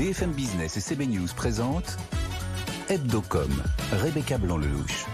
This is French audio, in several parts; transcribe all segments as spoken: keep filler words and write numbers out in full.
B F M Business et C B News présentent Hebdocom, Rebecca Blanc-Lelouch.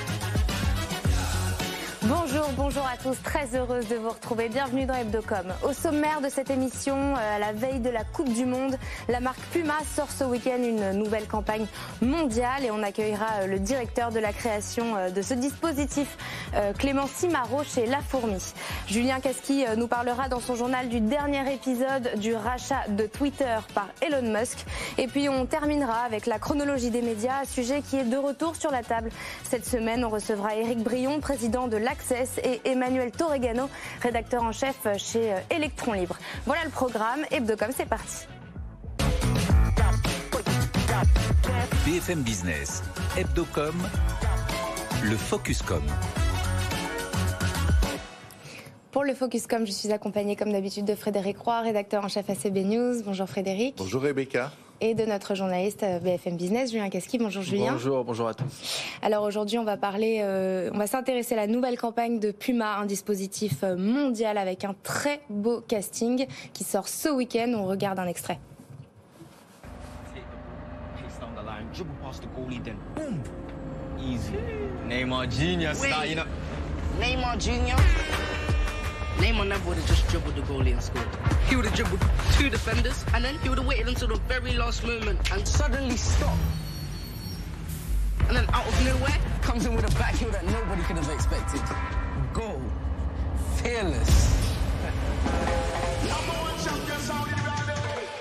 Bonjour, bonjour à tous, très heureuse de vous retrouver. Bienvenue dans Hebdocom. Au sommaire de cette émission, à la veille de la Coupe du Monde, la marque Puma sort ce week-end une nouvelle campagne mondiale et on accueillera le directeur de la création de ce dispositif, Clément Simaro, chez La Fourmi. Julien Casqui nous parlera dans son journal du dernier épisode du rachat de Twitter par Elon Musk. Et puis on terminera avec la chronologie des médias, un sujet qui est de retour sur la table. Cette semaine, on recevra Éric Brion, président de l'Access, et Emmanuel Torregano, rédacteur en chef chez Electron Libre. Voilà le programme. Hebdocom, c'est parti. B F M Business, Hebdocom, le Focuscom. Pour le Focuscom, je suis accompagnée comme d'habitude de Frédéric Roy, rédacteur en chef à C B News. Bonjour Frédéric. Bonjour Rebecca. Et de notre journaliste B F M Business, Julien Casqui. Bonjour Julien. Bonjour, bonjour à tous. Alors aujourd'hui, on va parler, euh, on va s'intéresser à la nouvelle campagne de Puma, un dispositif mondial avec un très beau casting qui sort ce week-end. On regarde un extrait. Neymar genius, style, you know. Neymar Junior Neymar never would have just dribbled the goalie and scored. He would have dribbled two defenders and then he would have waited until the very last moment and suddenly stopped. And then out of nowhere, comes in with a back heel that nobody could have expected. Goal. Fearless. Number one champion, Saudi Arabia.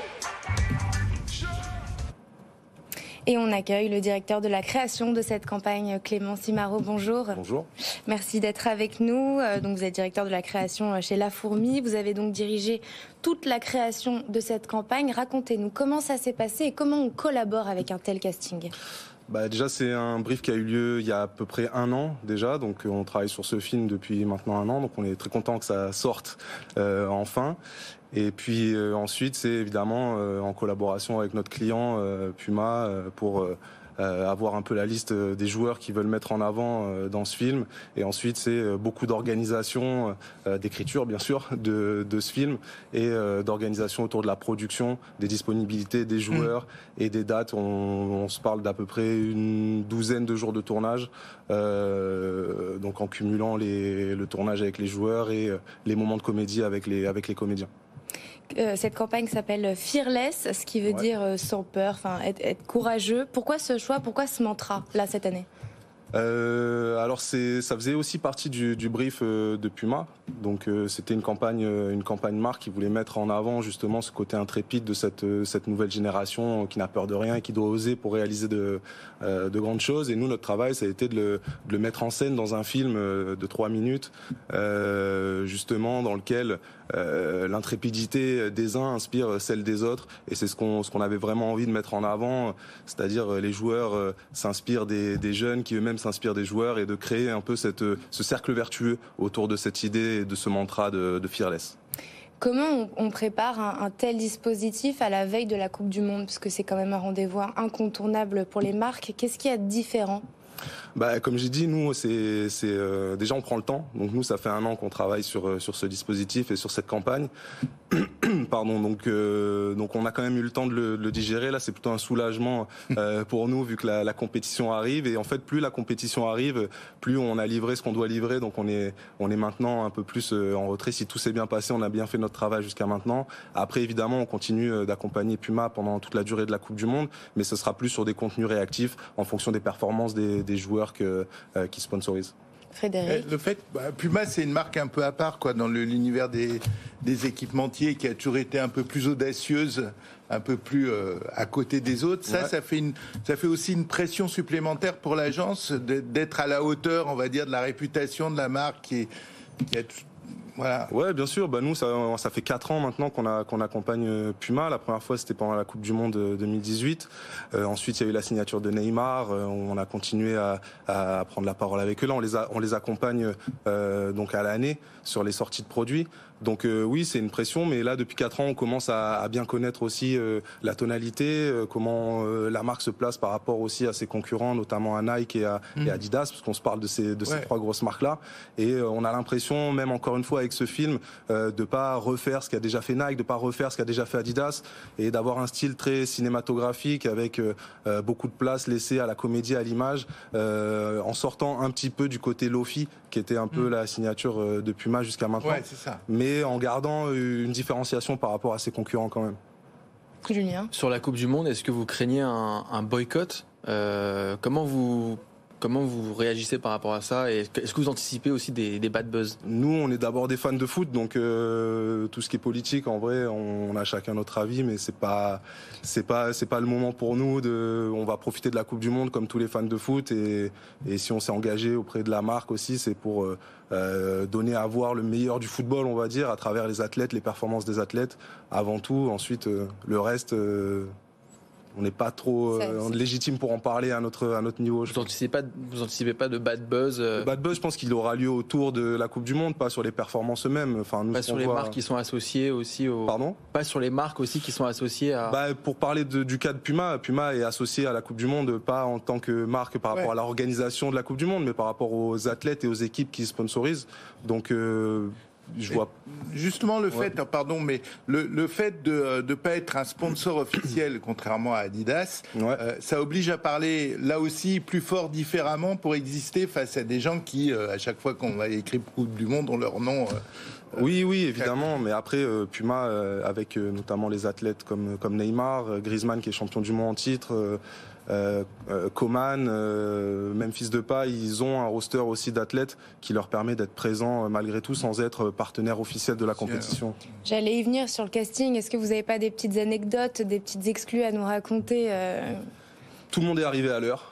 Et on accueille le directeur de la création de cette campagne, Clément Simaro. Bonjour. Bonjour. Merci d'être avec nous. Donc vous êtes directeur de la création chez La Fourmi. Vous avez donc dirigé toute la création de cette campagne. Racontez-nous comment ça s'est passé et comment on collabore avec un tel casting. Bah déjà c'est un brief qui a eu lieu il y a à peu près un an déjà, donc on travaille sur ce film depuis maintenant un an, donc on est très content que ça sorte euh, enfin. Et puis euh, ensuite c'est évidemment euh, en collaboration avec notre client euh, Puma euh, pour euh, euh, avoir un peu la liste des joueurs qui veulent mettre en avant euh, dans ce film. Et ensuite c'est euh, beaucoup d'organisation, euh, d'écriture bien sûr de, de ce film et euh, d'organisation autour de la production, des disponibilités des joueurs mmh. et des dates. On, on se parle d'à peu près une douzaine de jours de tournage, euh, donc en cumulant les, le tournage avec les joueurs et euh, les moments de comédie avec les, avec les comédiens. Euh, cette campagne s'appelle Fearless, ce qui veut ouais. dire euh, sans peur, enfin être, être courageux. Pourquoi ce choix, pourquoi ce mantra là cette année? Euh, alors c'est, ça faisait aussi partie du, du brief euh, de Puma. Donc euh, c'était une campagne, une campagne marque qui voulait mettre en avant justement ce côté intrépide de cette, cette nouvelle génération qui n'a peur de rien et qui doit oser pour réaliser de, euh, de grandes choses. Et nous, notre travail, ça a été de le, de le mettre en scène dans un film de trois minutes, euh, justement dans lequel euh, l'intrépidité des uns inspire celle des autres. Et c'est ce qu'on, ce qu'on avait vraiment envie de mettre en avant, c'est-à-dire les joueurs euh, s'inspirent des, des jeunes qui eux-mêmes s'inspire des joueurs et de créer un peu cette, ce cercle vertueux autour de cette idée et de ce mantra de, de Fearless. Comment on, on prépare un, un tel dispositif à la veille de la Coupe du Monde, parce que c'est quand même un rendez-vous incontournable pour les marques. Qu'est-ce qu'il y a de différent ? Bah, comme j'ai dit, nous, c'est, c'est euh, déjà on prend le temps. Donc nous, ça fait un an qu'on travaille sur sur ce dispositif et sur cette campagne. Pardon. Donc euh, donc on a quand même eu le temps de le, de le digérer. Là, c'est plutôt un soulagement euh, pour nous vu que la, la compétition arrive. Et en fait, plus la compétition arrive, plus on a livré ce qu'on doit livrer. Donc on est on est maintenant un peu plus euh, en retrait. Si tout s'est bien passé, on a bien fait notre travail jusqu'à maintenant. Après, évidemment, on continue d'accompagner Puma pendant toute la durée de la Coupe du Monde, mais ce sera plus sur des contenus réactifs en fonction des performances des, des joueurs que, euh, qui sponsorisent. Frédéric. Le fait, bah, Puma, c'est une marque un peu à part, quoi, dans le, l'univers des, des équipementiers, qui a toujours été un peu plus audacieuse, un peu plus euh, à côté des autres. Ça, ouais. ça fait une, ça fait aussi une pression supplémentaire pour l'agence d'être à la hauteur, on va dire, de la réputation de la marque qui, est, qui a Voilà. Ouais, bien sûr. Bah nous, ça, ça fait quatre ans maintenant qu'on a qu'on accompagne Puma. La première fois, c'était pendant la Coupe du Monde deux mille dix-huit. Euh, ensuite, il y a eu la signature de Neymar. Euh, on a continué à, à prendre la parole avec eux. Là, on les a, on les accompagne euh, donc à l'année sur les sorties de produits. Donc euh, oui, c'est une pression, mais là depuis quatre ans, on commence à, à bien connaître aussi euh, la tonalité, euh, comment euh, la marque se place par rapport aussi à ses concurrents, notamment à Nike et à, mmh. et à Adidas, parce qu'on se parle de ces de ouais. ces trois grosses marques-là. Et euh, on a l'impression, même encore une fois avec ce film, euh, de pas refaire ce qu'a déjà fait Nike, de pas refaire ce qu'a déjà fait Adidas, et d'avoir un style très cinématographique avec euh, euh, beaucoup de place laissée à la comédie, à l'image, euh, en sortant un petit peu du côté lofi, qui était un mmh. peu la signature euh, de Puma jusqu'à maintenant. Ouais, c'est ça. Mais en gardant une différenciation par rapport à ses concurrents quand même. Julien. Sur la Coupe du Monde, est-ce que vous craignez un, un boycott euh, Comment vous comment vous réagissez par rapport à ça? Et est-ce que vous anticipez aussi des, des bad buzz? Nous, on est d'abord des fans de foot, donc euh, tout ce qui est politique, en vrai, on, on a chacun notre avis, mais c'est pas c'est pas c'est pas le moment pour nous. De, on va profiter de la Coupe du Monde comme tous les fans de foot, et, et si on s'est engagé auprès de la marque aussi, c'est pour euh, Euh, donner à voir le meilleur du football, on va dire, à travers les athlètes, les performances des athlètes, avant tout. Ensuite, euh, le reste, euh, on n'est pas trop euh, légitime pour en parler à notre, à notre niveau. Vous n'anticipez pas, vous anticipez pas de bad buzz euh... Le bad buzz, je pense qu'il aura lieu autour de la Coupe du Monde, pas sur les performances eux-mêmes. Enfin, nous, pas sur les voit... marques qui sont associées aussi au... Pardon ? Pas sur les marques aussi qui sont associées à... Bah, pour parler de, du cas de Puma, Puma est associé à la Coupe du Monde, pas en tant que marque par rapport ouais. à l'organisation de la Coupe du Monde, mais par rapport aux athlètes et aux équipes qui sponsorisent. Donc... Euh... Je vois. Justement, le ouais. fait, pardon, mais le, le fait de ne pas être un sponsor officiel, contrairement à Adidas, ouais. euh, ça oblige à parler là aussi plus fort, différemment, pour exister face à des gens qui, euh, à chaque fois qu'on va écrire Coupe du Monde, ont leur nom. Euh, oui, oui, évidemment. Mais après, euh, Puma, euh, avec euh, notamment les athlètes comme, comme Neymar, euh, Griezmann qui est champion du monde en titre. Euh, Euh, euh, Coman, euh, Memphis Depay, ils ont un roster aussi d'athlètes qui leur permet d'être présents euh, malgré tout sans être partenaire officiel de la compétition. J'allais y venir sur le casting. Est-ce que vous n'avez pas des petites anecdotes, des petites exclus à nous raconter euh... Tout le monde est arrivé à l'heure.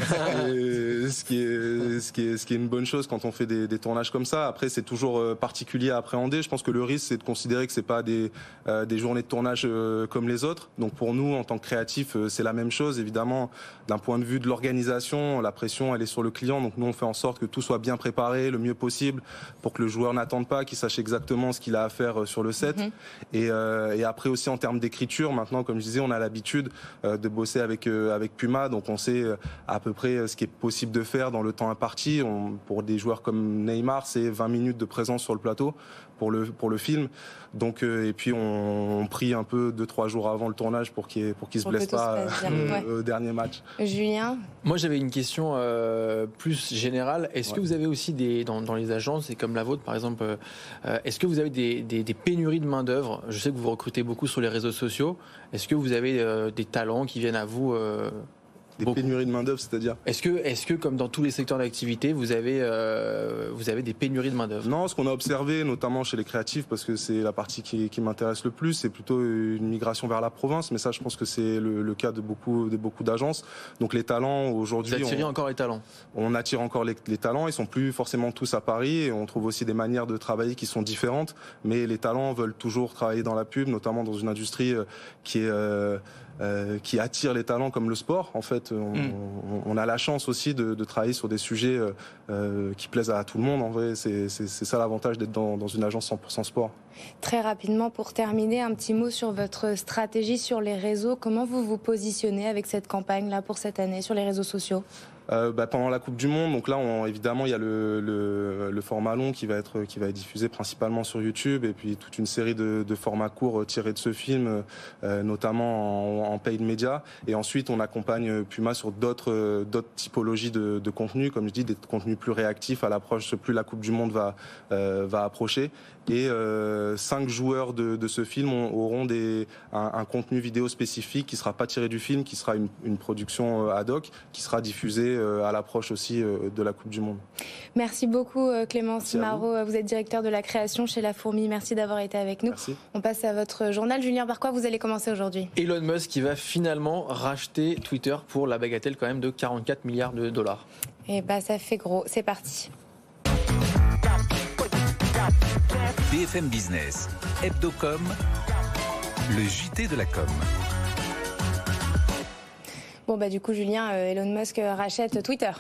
Et ce qui est ce qui est ce qui est une bonne chose quand on fait des, des tournages comme ça. Après, c'est toujours particulier à appréhender. Je pense que le risque, c'est de considérer que c'est pas des euh, des journées de tournage euh, comme les autres. Donc pour nous, en tant que créatifs, euh, c'est la même chose. Évidemment, d'un point de vue de l'organisation, la pression, elle est sur le client. Donc nous, on fait en sorte que tout soit bien préparé, le mieux possible, pour que le joueur n'attende pas, qu'il sache exactement ce qu'il a à faire sur le set. Mm-hmm. Et euh, et après aussi en termes d'écriture, maintenant, comme je disais, on a l'habitude euh, de bosser avec euh, avec Puma, donc on sait euh, à peu près ce qui est possible de faire dans le temps imparti. On, pour des joueurs comme Neymar, c'est vingt minutes de présence sur le plateau pour le pour le film. Donc euh, et puis on, on prie un peu deux trois jours avant le tournage pour qu'il pour qu'il se blesse pas euh, ouais. au dernier match. Julien, moi j'avais une question euh, plus générale. Est-ce ouais. que vous avez aussi des dans, dans les agences et comme la vôtre par exemple, euh, est-ce que vous avez des, des, des pénuries de main d'œuvre? Je sais que vous recrutez beaucoup sur les réseaux sociaux. Est-ce que vous avez euh, des talents qui viennent à vous? Euh Des Beaucoup. pénuries de main-d'œuvre, c'est-à-dire? Est-ce que, est-ce que, comme dans tous les secteurs d'activité, vous avez, euh, vous avez des pénuries de main-d'œuvre? Non, ce qu'on a observé, notamment chez les créatifs, parce que c'est la partie qui, qui m'intéresse le plus, c'est plutôt une migration vers la province. Mais ça, je pense que c'est le, le cas de beaucoup, de beaucoup d'agences. Donc les talents aujourd'hui. Vous attirez on, encore les talents? On attire encore les, les talents. Ils sont plus forcément tous à Paris, et on trouve aussi des manières de travailler qui sont différentes. Mais les talents veulent toujours travailler dans la pub, notamment dans une industrie qui est euh, Euh, qui attire les talents comme le sport. En fait, on, mm. on, on a la chance aussi de, de travailler sur des sujets euh, qui plaisent à tout le monde. En vrai, c'est, c'est, c'est ça l'avantage d'être dans, dans une agence cent pour cent sport. Très rapidement, pour terminer, un petit mot sur votre stratégie sur les réseaux. Comment vous vous positionnez avec cette campagne-là pour cette année sur les réseaux sociaux? Euh, bah, pendant la Coupe du Monde, donc là, on, évidemment, il y a le, le, le format long qui va être qui va être diffusé principalement sur YouTube, et puis toute une série de, de formats courts tirés de ce film, euh, notamment en, en paid media. Et ensuite, on accompagne Puma sur d'autres d'autres typologies de, de contenus, comme je dis, des contenus plus réactifs à l'approche, plus la Coupe du Monde va euh, va approcher. Et euh, cinq joueurs de, de ce film auront des, un, un contenu vidéo spécifique qui sera pas tiré du film, qui sera une, une production ad hoc, qui sera diffusée à l'approche aussi de la Coupe du Monde. Merci beaucoup Clément Simaro, vous. vous êtes directeur de la création chez La Fourmi, merci d'avoir été avec nous. Merci. On passe à votre journal. Julien, par quoi vous allez commencer aujourd'hui? Elon Musk qui va finalement racheter Twitter pour la bagatelle quand même de quarante-quatre milliards de dollars. Et bah ça fait gros, c'est parti. B F M Business, Hebdocom, le J T de la com. Bon bah du coup Julien, Elon Musk rachète Twitter.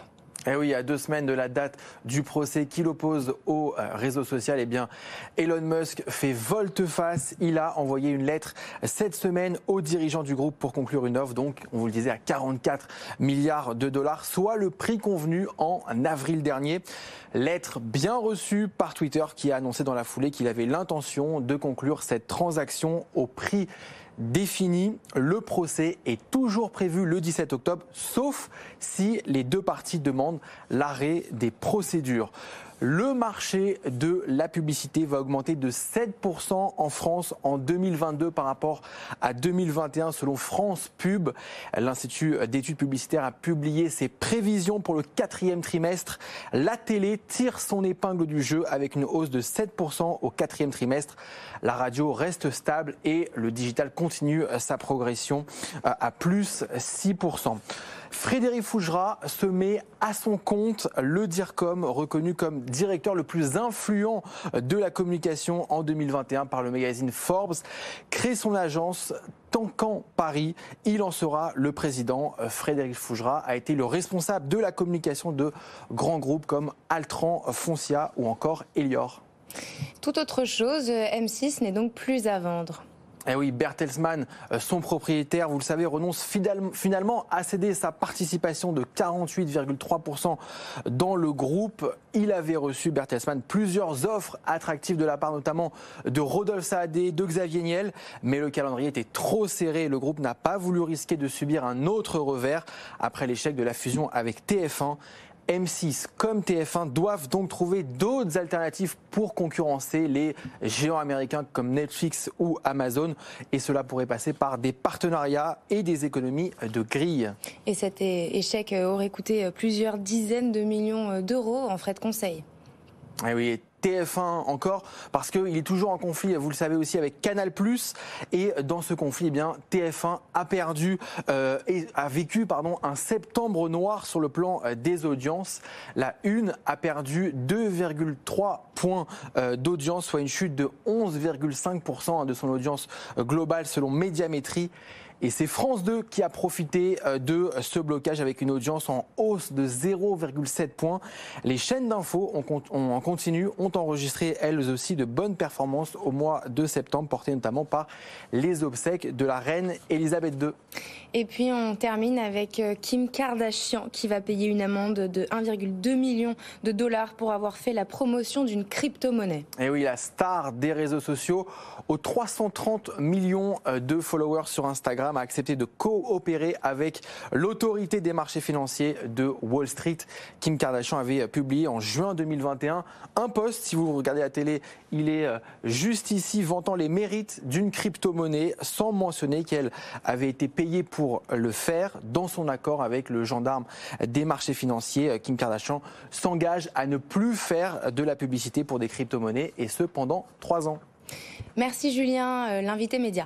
Eh oui, à deux semaines de la date du procès qui l'oppose au réseau social, eh bien, Elon Musk fait volte-face. Il a envoyé une lettre cette semaine aux dirigeants du groupe pour conclure une offre, donc, on vous le disait, à quarante-quatre milliards de dollars, soit le prix convenu en avril dernier. Lettre bien reçue par Twitter qui a annoncé dans la foulée qu'il avait l'intention de conclure cette transaction au prix défini. Le procès est toujours prévu le dix-sept octobre, sauf si les deux parties demandent l'arrêt des procédures. Le marché de la publicité va augmenter de sept pour cent en France en deux mille vingt-deux par rapport à deux mille vingt et un selon France Pub. L'Institut d'études publicitaires a publié ses prévisions pour le quatrième trimestre. La télé tire son épingle du jeu avec une hausse de sept pour cent au quatrième trimestre. La radio reste stable et le digital continue sa progression à plus six pour cent. Frédéric Fougera se met à son compte. Le DIRCOM, reconnu comme directeur le plus influent de la communication en deux mille vingt et un par le magazine Forbes, crée son agence Tancan Paris. Il en sera le président. Frédéric Fougera a été le responsable de la communication de grands groupes comme Altran, Foncia ou encore Elior. Tout autre chose, M six n'est donc plus à vendre. Eh oui, Bertelsmann, son propriétaire, vous le savez, renonce finalement à céder sa participation de quarante-huit virgule trois pour cent dans le groupe. Il avait reçu, Bertelsmann, plusieurs offres attractives de la part notamment de Rodolphe Saadé, de Xavier Niel, mais le calendrier était trop serré. Le groupe n'a pas voulu risquer de subir un autre revers après l'échec de la fusion avec T F un. M six comme T F un doivent donc trouver d'autres alternatives pour concurrencer les géants américains comme Netflix ou Amazon. Et cela pourrait passer par des partenariats et des économies de grille. Et cet échec aurait coûté plusieurs dizaines de millions d'euros en frais de conseil. Eh oui, T F un encore, parce qu'il est toujours en conflit, vous le savez aussi, avec Canal plus. Et dans ce conflit, eh bien, T F un a perdu euh, et a vécu pardon, un septembre noir sur le plan euh, des audiences. La Une a perdu deux virgule trois points euh, d'audience, soit une chute de onze virgule cinq pour cent de son audience globale selon Médiamétrie. Et c'est France deux qui a profité de ce blocage avec une audience en hausse de zéro virgule sept points. Les chaînes d'infos en continu ont enregistré elles aussi de bonnes performances au mois de septembre, portées notamment par les obsèques de la reine Elisabeth deux. Et puis on termine avec Kim Kardashian qui va payer une amende de un virgule deux million de dollars pour avoir fait la promotion d'une crypto-monnaie. Et oui, la star des réseaux sociaux, aux trois cent trente millions de followers sur Instagram, a accepté de coopérer avec l'autorité des marchés financiers de Wall Street. Kim Kardashian avait publié en juin deux mille vingt et un un post, si vous regardez la télé, il est juste ici, vantant les mérites d'une crypto-monnaie sans mentionner qu'elle avait été payée pour le faire. Dans son accord avec le gendarme des marchés financiers, Kim Kardashian s'engage à ne plus faire de la publicité pour des crypto-monnaies et ce pendant trois ans. Merci Julien, l'invité média.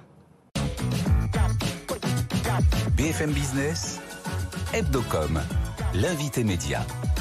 B F M Business, Hebdocom, l'invité média.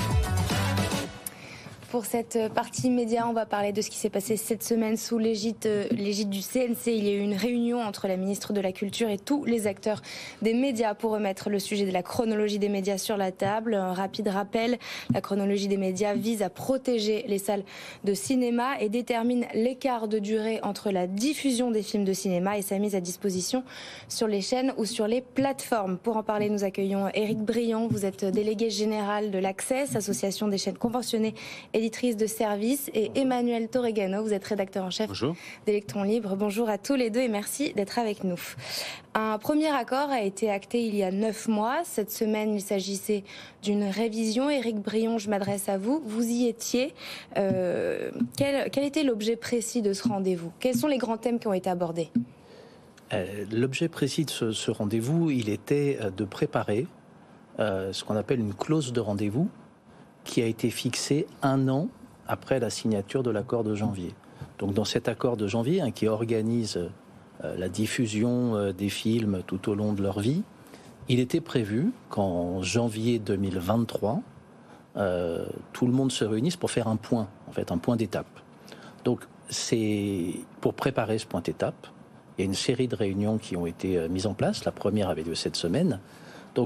Pour cette partie média, on va parler de ce qui s'est passé cette semaine sous l'égide, l'égide du C N C. Il y a eu une réunion entre la ministre de la Culture et tous les acteurs des médias pour remettre le sujet de la chronologie des médias sur la table. Un rapide rappel, la chronologie des médias vise à protéger les salles de cinéma et détermine l'écart de durée entre la diffusion des films de cinéma et sa mise à disposition sur les chaînes ou sur les plateformes. Pour en parler, nous accueillons Éric Briand. Vous êtes délégué général de l'Access, association des chaînes conventionnées et éditrice de services, et Emmanuel Torregano, vous êtes rédacteur en chef d'Electron Libre. Bonjour à tous les deux et merci d'être avec nous. Un premier accord a été acté il y a neuf mois. Cette semaine, il s'agissait d'une révision. Éric Briand, je m'adresse à vous. Vous y étiez. Euh, quel, quel était l'objet précis de ce rendez-vous? Quels sont les grands thèmes qui ont été abordés? euh, L'objet précis de ce, ce rendez-vous, il était de préparer euh, ce qu'on appelle une clause de rendez-vous, qui a été fixé un an après la signature de l'accord de janvier. Donc dans cet accord de janvier, hein, qui organise euh, la diffusion euh, des films tout au long de leur vie, il était prévu qu'en janvier deux mille vingt-trois, euh, tout le monde se réunisse pour faire un point, en fait, un point d'étape. Donc c'est pour préparer ce point d'étape, il y a une série de réunions qui ont été euh, mises en place. La première avait lieu cette semaine. Donc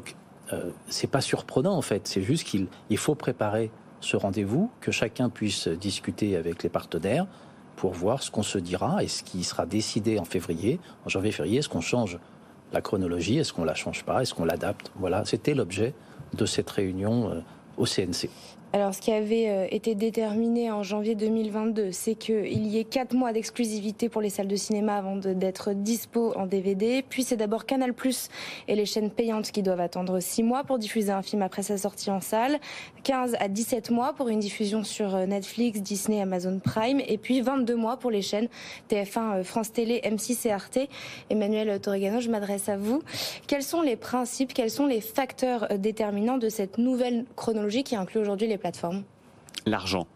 euh, c'est pas surprenant en fait. C'est juste qu'il il faut préparer ce rendez-vous, que chacun puisse discuter avec les partenaires pour voir ce qu'on se dira et ce qui sera décidé en février, en janvier-février. Est-ce qu'on change la chronologie? Est-ce qu'on la change pas? Est-ce qu'on l'adapte? Voilà, c'était l'objet de cette réunion euh, au C N C. Alors, ce qui avait été déterminé en janvier deux mille vingt-deux, c'est qu'il y ait quatre mois d'exclusivité pour les salles de cinéma avant de, d'être dispo en D V D. Puis, c'est d'abord Canal plus et les chaînes payantes qui doivent attendre six mois pour diffuser un film après sa sortie en salle. quinze à dix-sept mois pour une diffusion sur Netflix, Disney, Amazon Prime. Et puis, vingt-deux mois pour les chaînes T F un, France Télé, M six et Arte. Emmanuel Torregano, je m'adresse à vous. Quels sont les principes, quels sont les facteurs déterminants de cette nouvelle chronologie qui inclut aujourd'hui les plateformes? L'argent.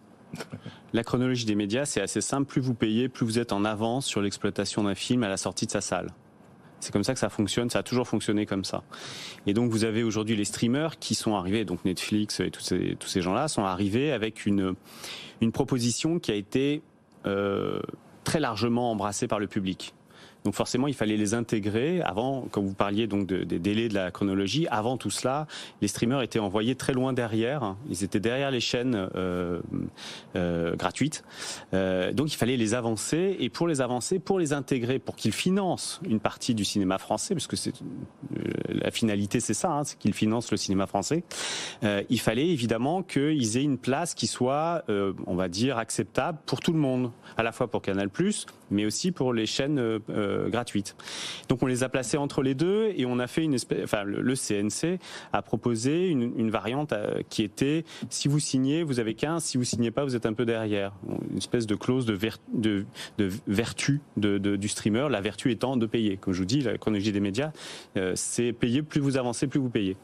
La chronologie des médias, c'est assez simple. Plus vous payez, plus vous êtes en avance sur l'exploitation d'un film à la sortie de sa salle. C'est comme ça que ça fonctionne, ça a toujours fonctionné comme ça. Et donc vous avez aujourd'hui les streamers qui sont arrivés, donc Netflix et tous ces, tous ces gens-là sont arrivés avec une, une proposition qui a été euh, très largement embrassée par le public. Donc forcément, il fallait les intégrer. Avant, quand vous parliez donc de, des délais de la chronologie, avant tout cela, les streamers étaient envoyés très loin derrière. Ils étaient derrière les chaînes euh, euh, gratuites. Euh, donc il fallait les avancer. Et pour les avancer, pour les intégrer, pour qu'ils financent une partie du cinéma français, parce que c'est, euh, la finalité c'est ça, hein, c'est qu'ils financent le cinéma français, euh, il fallait évidemment qu'ils aient une place qui soit, euh, on va dire, acceptable pour tout le monde. À la fois pour Canal plus, mais aussi pour les chaînes euh, gratuites. Donc on les a placés entre les deux et on a fait une espèce, enfin le, le C N C a proposé une, une variante euh, qui était si vous signez, vous avez quinze, si vous signez pas, vous êtes un peu derrière. Une espèce de clause de, ver, de, de vertu de, de, du streamer, la vertu étant de payer. Comme je vous dis, la chronologie des médias, euh, c'est payer, plus vous avancez, plus vous payez.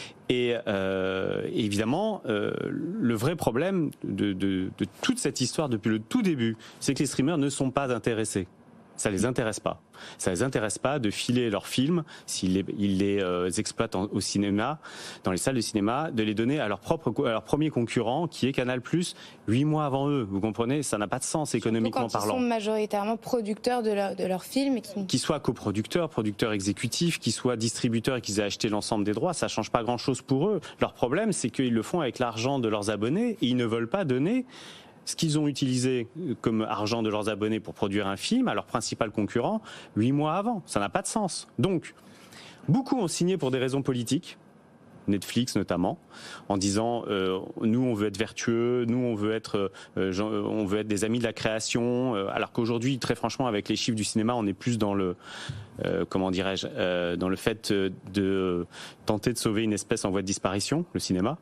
Et euh, évidemment, euh, le vrai problème de, de, de toute cette histoire depuis le tout début, c'est que les streamers ne sont pas intéressés. Ça les intéresse pas. Ça les intéresse pas de filer leurs films, s'ils les, ils les euh, exploitent en, au cinéma, dans les salles de cinéma, de les donner à leur propre, à leur premier concurrent, qui est Canal plus, huit mois avant eux. Vous comprenez? Ça n'a pas de sens économiquement Surtout quand parlant. Ils sont majoritairement producteurs de, leur, de leurs films. Et qui... Qu'ils soient coproducteurs, producteurs exécutifs, qu'ils soient distributeurs et qu'ils aient acheté l'ensemble des droits, ça change pas grand-chose pour eux. Leur problème, c'est qu'ils le font avec l'argent de leurs abonnés et ils ne veulent pas donner ce qu'ils ont utilisé comme argent de leurs abonnés pour produire un film à leur principal concurrent huit mois avant. Ça n'a pas de sens. Donc, beaucoup ont signé pour des raisons politiques, Netflix notamment, en disant euh, nous on veut être vertueux, nous on veut être, euh, on veut être des amis de la création, euh, alors qu'aujourd'hui, très franchement, avec les chiffres du cinéma, on est plus dans le, euh, comment dirais-je, euh, dans le fait de tenter de sauver une espèce en voie de disparition, le cinéma.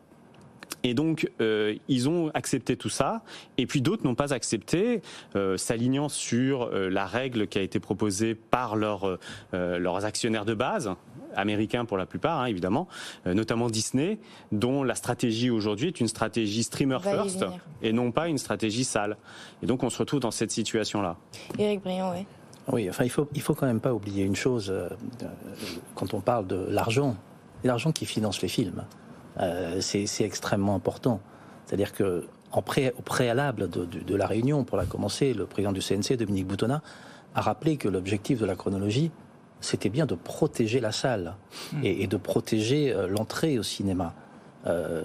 Et donc, euh, ils ont accepté tout ça, et puis d'autres n'ont pas accepté, euh, s'alignant sur euh, la règle qui a été proposée par leur, euh, leurs actionnaires de base, américains pour la plupart, hein, évidemment, euh, notamment Disney, dont la stratégie aujourd'hui est une stratégie streamer first, et non pas une stratégie salle. Et donc, on se retrouve dans cette situation-là. Éric Briand, oui. Oui, enfin, il faut, il faut quand même pas oublier une chose, euh, quand on parle de l'argent, l'argent qui finance les films. Euh, c'est, c'est extrêmement important. C'est-à-dire que en pré, au préalable de, de, de la réunion, pour la commencer, le président du C N C, Dominique Boutonnat, a rappelé que l'objectif de la chronologie, c'était bien de protéger la salle mmh. et, et de protéger euh, l'entrée au cinéma. Euh,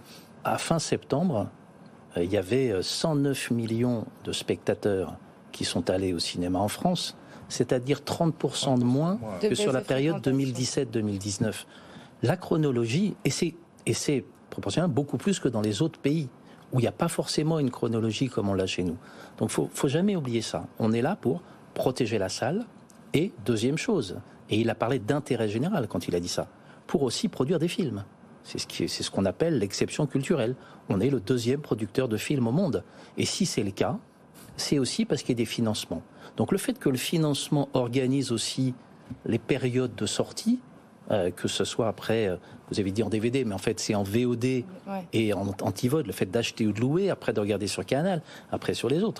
à fin septembre, euh, il y avait cent neuf millions de spectateurs qui sont allés au cinéma en France, c'est-à-dire trente pour cent de moins de que sur la période deux mille dix-sept deux mille dix-neuf. La chronologie, et c'est Et c'est proportionnel beaucoup plus que dans les autres pays, où il n'y a pas forcément une chronologie comme on l'a chez nous. Donc il ne faut jamais oublier ça. On est là pour protéger la salle. Et deuxième chose, et il a parlé d'intérêt général quand il a dit ça, pour aussi produire des films. C'est ce, qui est, c'est ce qu'on appelle l'exception culturelle. On est le deuxième producteur de films au monde. Et si c'est le cas, c'est aussi parce qu'il y a des financements. Donc le fait que le financement organise aussi les périodes de sortie, Euh, que ce soit après, euh, vous avez dit en D V D, mais en fait c'est en V O D ouais. et en, en T V O D, le fait d'acheter ou de louer, après de regarder sur Canal, après sur les autres.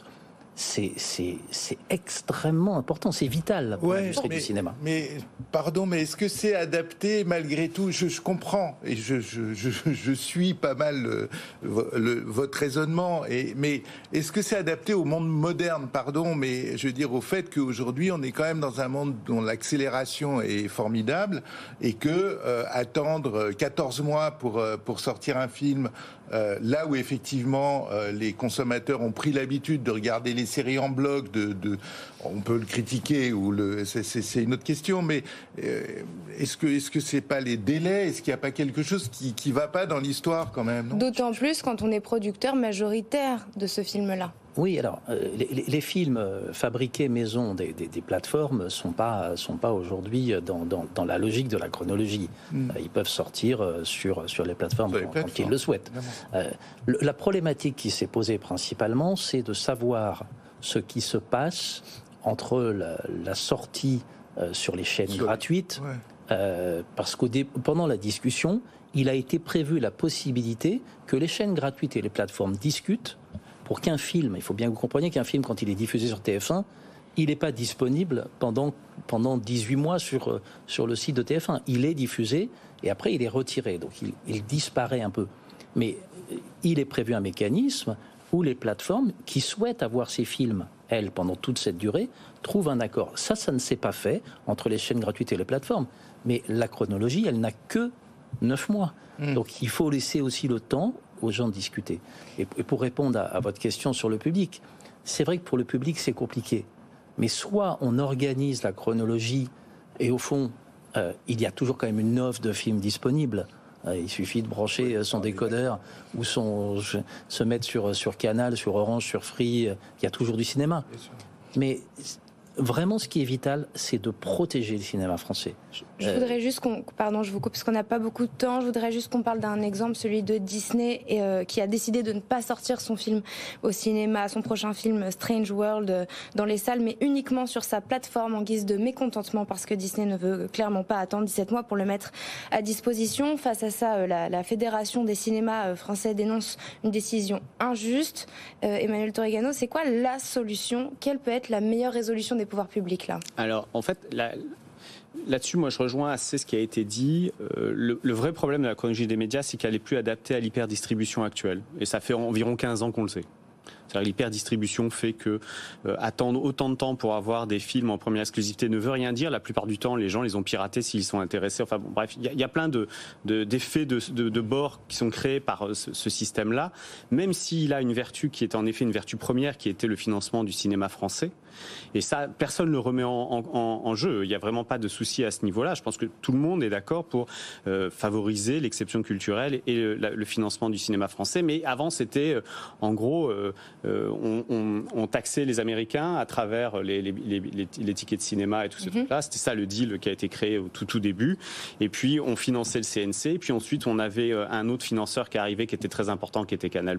c'est, c'est, c'est extrêmement important, c'est vital pour ouais, l'industrie mais, du cinéma. Mais, pardon, mais est-ce que c'est adapté malgré tout? je, je comprends, et je, je, je, je suis pas mal le, le, votre raisonnement, et, mais est-ce que c'est adapté au monde moderne, pardon, mais je veux dire au fait qu'aujourd'hui, on est quand même dans un monde dont l'accélération est formidable, et que euh, attendre quatorze mois pour, euh, pour sortir un film, euh, là où effectivement euh, les consommateurs ont pris l'habitude de regarder les séries en bloc, de, de, on peut le critiquer ou le, c'est, c'est, c'est une autre question, mais euh, est-ce que est-ce que c'est pas les délais, est-ce qu'il n'y a pas quelque chose qui qui va pas dans l'histoire quand même, non? D'autant plus quand on est producteur majoritaire de ce film-là. Oui, alors euh, les, les films fabriqués maison des, des, des plateformes sont pas sont pas aujourd'hui dans, dans, dans la logique de la chronologie. Mm. Ils peuvent sortir sur sur les plateformes, sur les plateformes. Quand ils le souhaitent. Euh, le, la problématique qui s'est posée principalement, c'est de savoir ce qui se passe entre la, la sortie euh, sur les chaînes sur gratuites, ouais. euh, parce que pendant la discussion, il a été prévu la possibilité que les chaînes gratuites et les plateformes discutent pour qu'un film, il faut bien que vous compreniez qu'un film, quand il est diffusé sur T F un, il n'est pas disponible pendant, pendant dix-huit mois sur, sur le site de T F un. Il est diffusé et après il est retiré, donc il, il disparaît un peu. Mais il est prévu un mécanisme où les plateformes qui souhaitent avoir ces films, elles, pendant toute cette durée, trouvent un accord. Ça, ça ne s'est pas fait entre les chaînes gratuites et les plateformes. Mais la chronologie, elle n'a que neuf mois. Mmh. Donc il faut laisser aussi le temps aux gens de discuter. Et pour répondre à, à votre question sur le public, c'est vrai que pour le public, c'est compliqué. Mais soit on organise la chronologie et au fond, euh, il y a toujours quand même une offre de films disponibles. Euh, il suffit de brancher oui, son décodeur ou son, se mettre sur, sur Canal, sur Orange, sur Free. Il y a toujours du cinéma. Mais vraiment, ce qui est vital, c'est de protéger le cinéma français. Je euh... voudrais juste qu'on, pardon, je vous coupe parce qu'on n'a pas beaucoup de temps. Je voudrais juste qu'on parle d'un exemple, celui de Disney, et, euh, qui a décidé de ne pas sortir son film au cinéma, son prochain film Strange World, euh, dans les salles, mais uniquement sur sa plateforme en guise de mécontentement, parce que Disney ne veut clairement pas attendre dix-sept mois pour le mettre à disposition. Face à ça, euh, la, la Fédération des cinémas euh, français dénonce une décision injuste. Euh, Emmanuel Torrigano, c'est quoi la solution? Quelle peut être la meilleure résolution des pouvoirs publics là? Alors, en fait, la... là-dessus, moi, je rejoins assez ce qui a été dit. Euh, le, le vrai problème de la chronologie des médias, c'est qu'elle n'est plus adaptée à l'hyperdistribution actuelle. Et ça fait environ quinze ans qu'on le sait. C'est-à-dire l'hyperdistribution fait que euh, attendre autant de temps pour avoir des films en première exclusivité ne veut rien dire. La plupart du temps, les gens les ont piratés s'ils sont intéressés. Enfin bon, bref, il y, y a plein de, de, d'effets de, de, de bord qui sont créés par ce, ce système-là, même s'il a une vertu qui est en effet une vertu première, qui était le financement du cinéma français. Et ça, personne ne le remet en, en, en jeu. Il n'y a vraiment pas de souci à ce niveau-là. Je pense que tout le monde est d'accord pour euh, favoriser l'exception culturelle et le, la, le financement du cinéma français. Mais avant, c'était euh, en gros... Euh, Euh, on, on, on taxait les Américains à travers les, les, les, les tickets de cinéma et tout ce mm-hmm. truc-là. C'était ça le deal qui a été créé au tout, tout début. Et puis, on finançait le C N C. Et puis ensuite, on avait un autre financeur qui arrivait, qui était très important, qui était Canal+.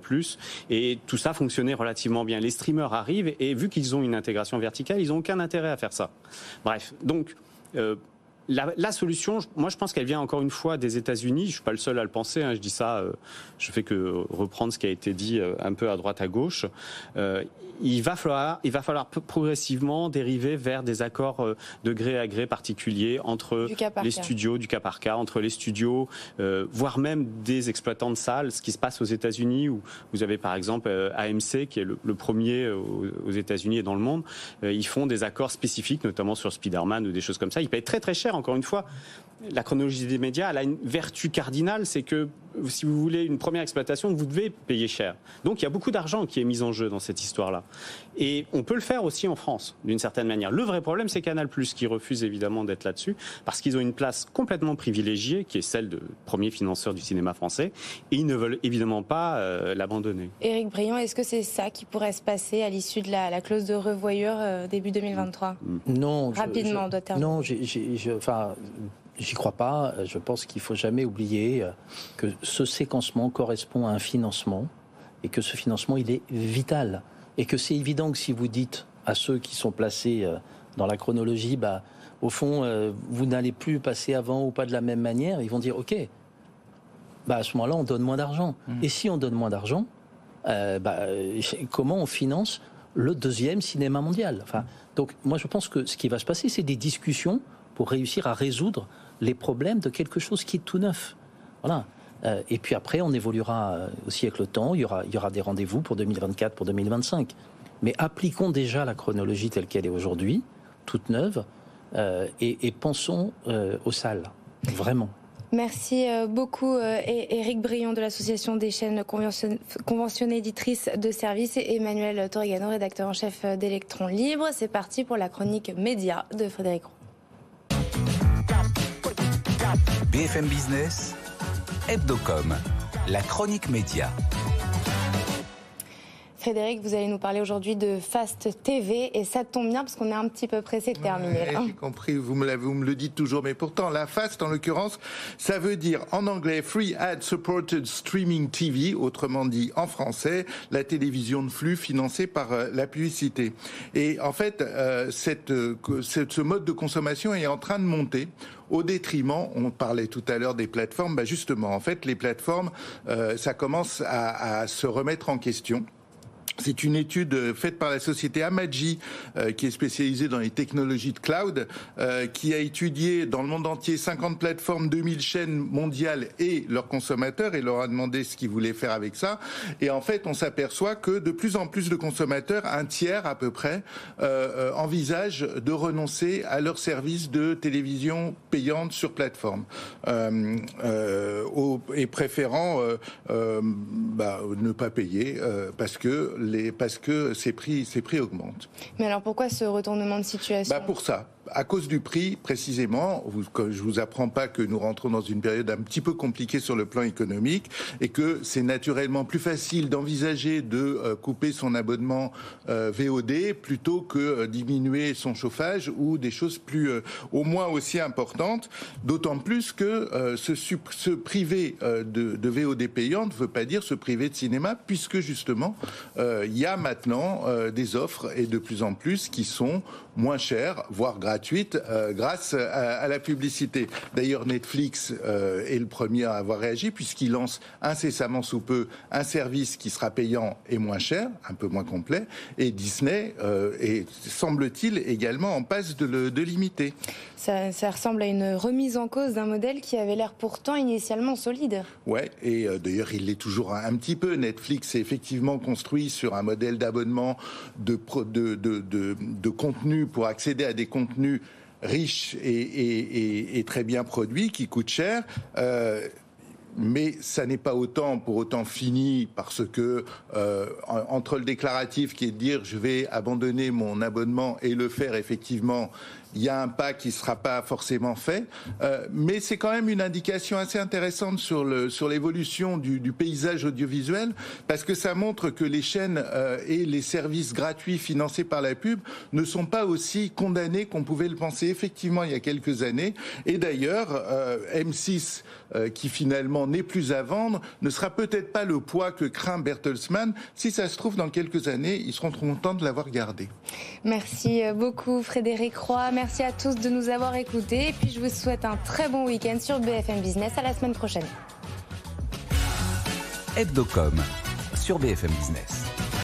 Et tout ça fonctionnait relativement bien. Les streamers arrivent et vu qu'ils ont une intégration verticale, ils n'ont aucun intérêt à faire ça. Bref, donc... Euh, La, la solution, moi je pense qu'elle vient encore une fois des États-Unis. Je suis pas le seul à le penser. Hein, je dis ça, euh, je fais que reprendre ce qui a été dit euh, un peu à droite à gauche. Euh, il va falloir, il va falloir progressivement dériver vers des accords euh, de gré à gré particuliers entre les studios, du cas par cas, entre les studios, euh, voire même des exploitants de salles. Ce qui se passe aux États-Unis, où vous avez par exemple euh, A M C, qui est le, le premier aux, aux États-Unis et dans le monde. Euh, ils font des accords spécifiques, notamment sur Spider-Man ou des choses comme ça. Ils payent très très cher. Encore une fois, la chronologie des médias, elle a une vertu cardinale, c'est que si vous voulez une première exploitation, vous devez payer cher. Donc il y a beaucoup d'argent qui est mis en jeu dans cette histoire-là. Et on peut le faire aussi en France, d'une certaine manière. Le vrai problème, c'est Canal+, qui refuse évidemment d'être là-dessus, parce qu'ils ont une place complètement privilégiée, qui est celle de premier financeur du cinéma français, et ils ne veulent évidemment pas euh, l'abandonner. Éric Briand, est-ce que c'est ça qui pourrait se passer à l'issue de la, la clause de revoyure euh, début deux mille vingt-trois? Non. Rapidement, je, je, on doit terminer. Non, j'ai, j'ai, je, enfin... J'y crois pas. Je pense qu'il faut jamais oublier que ce séquencement correspond à un financement et que ce financement, il est vital. Et que c'est évident que si vous dites à ceux qui sont placés dans la chronologie, bah, au fond, vous n'allez plus passer avant ou pas de la même manière, ils vont dire, OK, bah, à ce moment-là, on donne moins d'argent. Mmh. Et si on donne moins d'argent, euh, bah, comment on finance le deuxième cinéma mondial. Enfin, donc moi je pense que ce qui va se passer, c'est des discussions pour réussir à résoudre les problèmes de quelque chose qui est tout neuf. Voilà. Euh, et puis après, on évoluera aussi avec le temps. Il y aura, il y aura des rendez-vous pour deux mille vingt-quatre, pour deux mille vingt-cinq. Mais appliquons déjà la chronologie telle qu'elle est aujourd'hui, toute neuve, euh, et, et pensons euh, aux salles, vraiment. Merci beaucoup Éric Brion de l'association des chaînes conventionnées éditrices de services et Emmanuel Torregano, rédacteur en chef d'Electron Libre. C'est parti pour la chronique média de Frédéric Roy. B F M Business, Hebdocom, la chronique média. Frédéric, vous allez nous parler aujourd'hui de Fast T V et ça tombe bien parce qu'on est un petit peu pressé de terminer. Ouais, j'ai compris, vous me, vous me le dites toujours, mais pourtant la Fast en l'occurrence, ça veut dire en anglais Free Ad Supported Streaming T V, autrement dit en français, la télévision de flux financée par euh, la publicité. Et en fait, euh, cette, euh, cette, ce mode de consommation est en train de monter au détriment, on parlait tout à l'heure des plateformes, bah justement, en fait, les plateformes, euh, ça commence à, à se remettre en question. C'est une étude faite par la société Amaji, euh, qui est spécialisée dans les technologies de cloud, euh, qui a étudié dans le monde entier cinquante plateformes, deux mille chaînes mondiales et leurs consommateurs, et leur a demandé ce qu'ils voulaient faire avec ça. Et en fait, on s'aperçoit que de plus en plus de consommateurs, un tiers à peu près, euh, envisagent de renoncer à leur service de télévision payante sur plateforme, euh, euh, au, et préférant euh, euh, bah, ne pas payer euh, parce que Les, parce que ces prix, ces prix augmentent. Mais alors pourquoi ce retournement de situation ? Bah pour ça. À cause du prix, précisément, vous, je vous apprends pas que nous rentrons dans une période un petit peu compliquée sur le plan économique et que c'est naturellement plus facile d'envisager de euh, couper son abonnement euh, V O D plutôt que euh, diminuer son chauffage ou des choses plus, euh, au moins aussi importantes. D'autant plus que euh, se, se priver euh, de, de V O D payante ne veut pas dire se priver de cinéma, puisque justement, il euh, y a maintenant euh, des offres et de plus en plus qui sont moins chères, voire gratuites, euh, grâce à, à la publicité. D'ailleurs, Netflix euh, est le premier à avoir réagi, puisqu'il lance incessamment sous peu un service qui sera payant et moins cher, un peu moins complet, et Disney euh, est, semble-t-il, également en passe de le de l'imiter. Ça, ça ressemble à une remise en cause d'un modèle qui avait l'air pourtant initialement solide. Ouais, et euh, d'ailleurs, il l'est toujours un, un petit peu. Netflix est effectivement construit sur un modèle d'abonnement de, de, de, de, de contenu pour accéder à des contenus riches et, et, et, et très bien produits qui coûtent cher. Euh, mais ça n'est pas autant pour autant fini parce que euh, entre le déclaratif qui est de dire je vais abandonner mon abonnement et le faire effectivement, il y a un pas qui ne sera pas forcément fait, euh, mais c'est quand même une indication assez intéressante sur le sur l'évolution du, du paysage audiovisuel, parce que ça montre que les chaînes euh, et les services gratuits financés par la pub ne sont pas aussi condamnés qu'on pouvait le penser effectivement il y a quelques années. Et d'ailleurs, euh, M six, euh, qui finalement n'est plus à vendre, ne sera peut-être pas le poids que craint Bertelsmann. Si ça se trouve, dans quelques années, ils seront trop contents de l'avoir gardé. Merci beaucoup Frédéric Roy. Merci à tous de nous avoir écoutés. Et puis je vous souhaite un très bon week-end sur B F M Business. À la semaine prochaine. Hebdocom sur B F M Business.